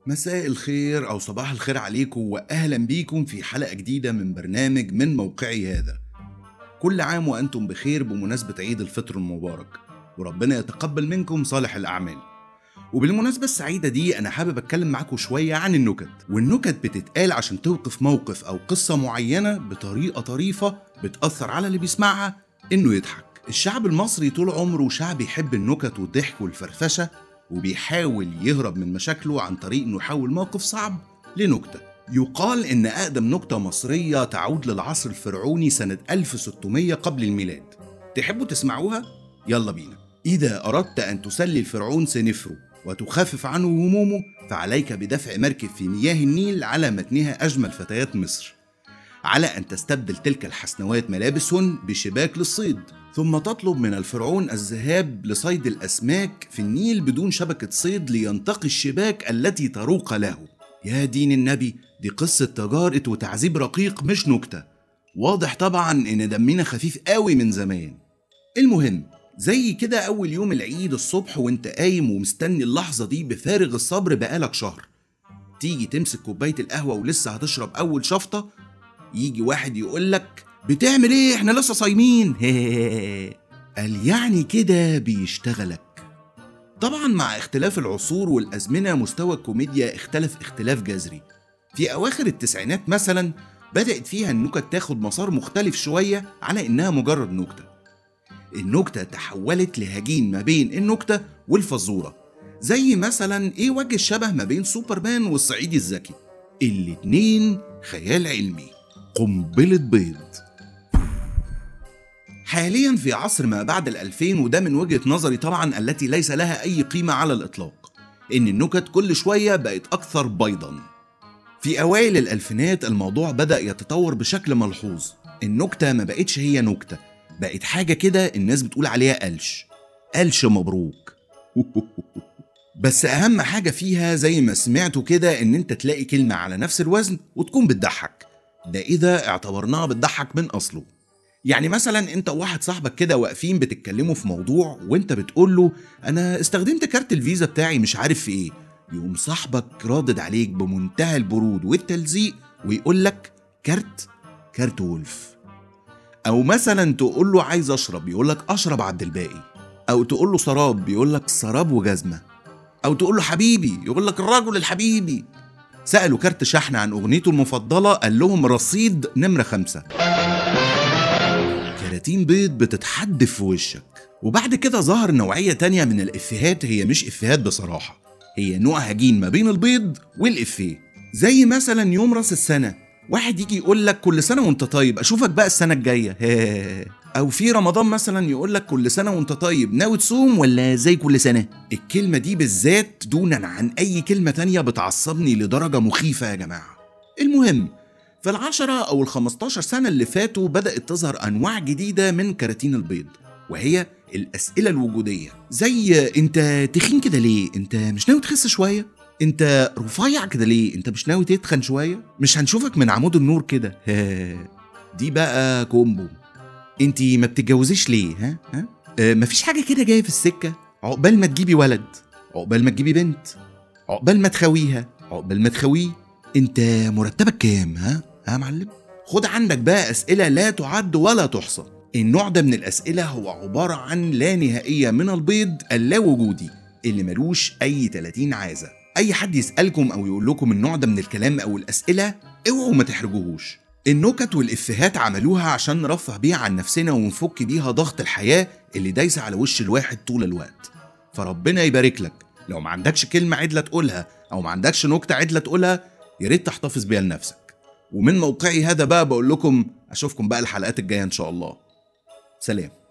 مساء الخير أو صباح الخير عليكم وأهلا بيكم في حلقة جديدة من برنامج من موقعي هذا. كل عام وأنتم بخير بمناسبة عيد الفطر المبارك، وربنا يتقبل منكم صالح الأعمال. وبالمناسبة السعيدة دي أنا حابب أتكلم معاكم شوية عن النكت، والنكت بتتقال عشان توقف موقف أو قصة معينة بطريقة طريفة بتأثر على اللي بيسمعها إنه يضحك. الشعب المصري طول عمره شعب يحب النكت والضحك والفرفشة، وبيحاول يهرب من مشاكله عن طريق إنه يحول موقف صعب لنكتة. يقال إن أقدم نكتة مصرية تعود للعصر الفرعوني سنة 1600 قبل الميلاد. تحبوا تسمعوها؟ يلا بينا. إذا أردت أن تسلي الفرعون سنفرو وتخفف عنه همومه، فعليك بدفع مركب في مياه النيل على متنها أجمل فتيات مصر، على أن تستبدل تلك الحسنوات ملابسهن بشباك للصيد، ثم تطلب من الفرعون الذهاب لصيد الأسماك في النيل بدون شبكة صيد لينتقي الشباك التي تروق له. يا دين النبي، دي قصة تجارة وتعذيب رقيق مش نكتة. واضح طبعا إن دمنا خفيف قوي من زمان. المهم، زي كده أول يوم العيد الصبح وانت قايم ومستني اللحظة دي بفارغ الصبر بقالك شهر، تيجي تمسك كوباية القهوة ولسه هتشرب أول شفطة، يجي واحد يقولك بتعمل ايه؟ احنا لسه صايمين. قال يعني كده بيشتغلك. طبعا مع اختلاف العصور والأزمنة مستوى الكوميديا اختلف اختلاف جذري. في أواخر التسعينات مثلا بدأت فيها النكت تاخد مسار مختلف شوية على إنها مجرد نكتة. النكتة تحولت لهجين ما بين النكتة والفزورة، زي مثلا ايه وجه الشبه ما بين سوبرمان والصعيدي الذكي؟ الاتنين خيال علمي، قنبلة بيض. حاليا في عصر ما بعد 2000، وده من وجهة نظري طبعا التي ليس لها أي قيمة على الإطلاق، إن النكت كل شوية بقت أكثر بيضا. في أوائل الألفينات الموضوع بدأ يتطور بشكل ملحوظ. النكتة ما بقتش هي نكتة، بقت حاجة كده الناس بتقول عليها قلش مبروك. بس أهم حاجة فيها زي ما سمعتوا كده إن أنت تلاقي كلمة على نفس الوزن وتكون بتضحك، ده إذا اعتبرناها بتضحك من أصله. يعني مثلا انت وواحد صاحبك كده واقفين بتتكلموا في موضوع وانت بتقول له انا استخدمت كارت الفيزا بتاعي مش عارف في ايه، يقوم صاحبك رادد عليك بمنتهى البرود والتلزيق ويقول لك كارت وولف. او مثلا تقول له عايز اشرب، يقول لك اشرب عبد الباقي. او تقول له سراب، يقول لك سراب وجزمه. او تقول له حبيبي، يقول لك الرجل الحبيبي. سألوا كارت شحن عن اغنيته المفضله، قال لهم رصيد نمرة 5. كراتين بيض بتتحدف في وشك. وبعد كده ظهر نوعية تانية من الإفيهات، هي مش إفيهات بصراحة، هي نوع هجين ما بين البيض والإفيه. زي مثلا يوم راس السنة، واحد يجي يقول لك كل سنة وانت طيب، أشوفك بقى السنة الجاية. أو في رمضان مثلا يقول لك كل سنة وانت طيب، ناوي تصوم ولا زي كل سنة؟ الكلمة دي بالذات دونا عن أي كلمة تانية بتعصبني لدرجة مخيفة يا جماعة. المهم، في 10 أو 15 سنة اللي فاتوا بدأت تظهر أنواع جديدة من كراتين البيض، وهي الأسئلة الوجودية. زي انت تخين كده ليه؟ انت مش ناوي تخس شوية؟ انت رفيع كده ليه؟ انت مش ناوي تتخن شوية؟ مش هنشوفك من عمود النور كده؟ دي بقى كومبو. انت ما بتتجوزيش ليه؟ مفيش حاجة كده جاية في السكة؟ عقبال ما تجيبي ولد، عقبال ما تجيبي بنت، عقبال ما تخويها، عقبال ما تخويه. انت مرتبك كام؟ ها معلم؟ خد عندك بقى أسئلة لا تعد ولا تحصى. النوع ده من الأسئلة هو عبارة عن لا نهائية من البيض اللا وجودي اللي ملوش أي 30 عازة. أي حد يسألكم أو يقول لكم النوع ده من الكلام أو الأسئلة، اوعوا ما تحرجوهوش. النكت والإفيهات عملوها عشان نرفه بيها عن نفسنا ونفك بيها ضغط الحياة اللي دايسة على وش الواحد طول الوقت. فربنا يبارك لك. لو ما عندكش كلمة عدلة تقولها أو ما عندكش نكتة عدلة تقولها، ياريت تحتفظ بيها لنفسك. ومن موقعي هذا بقى بقول لكم أشوفكم بقى الحلقات الجاية إن شاء الله. سلام.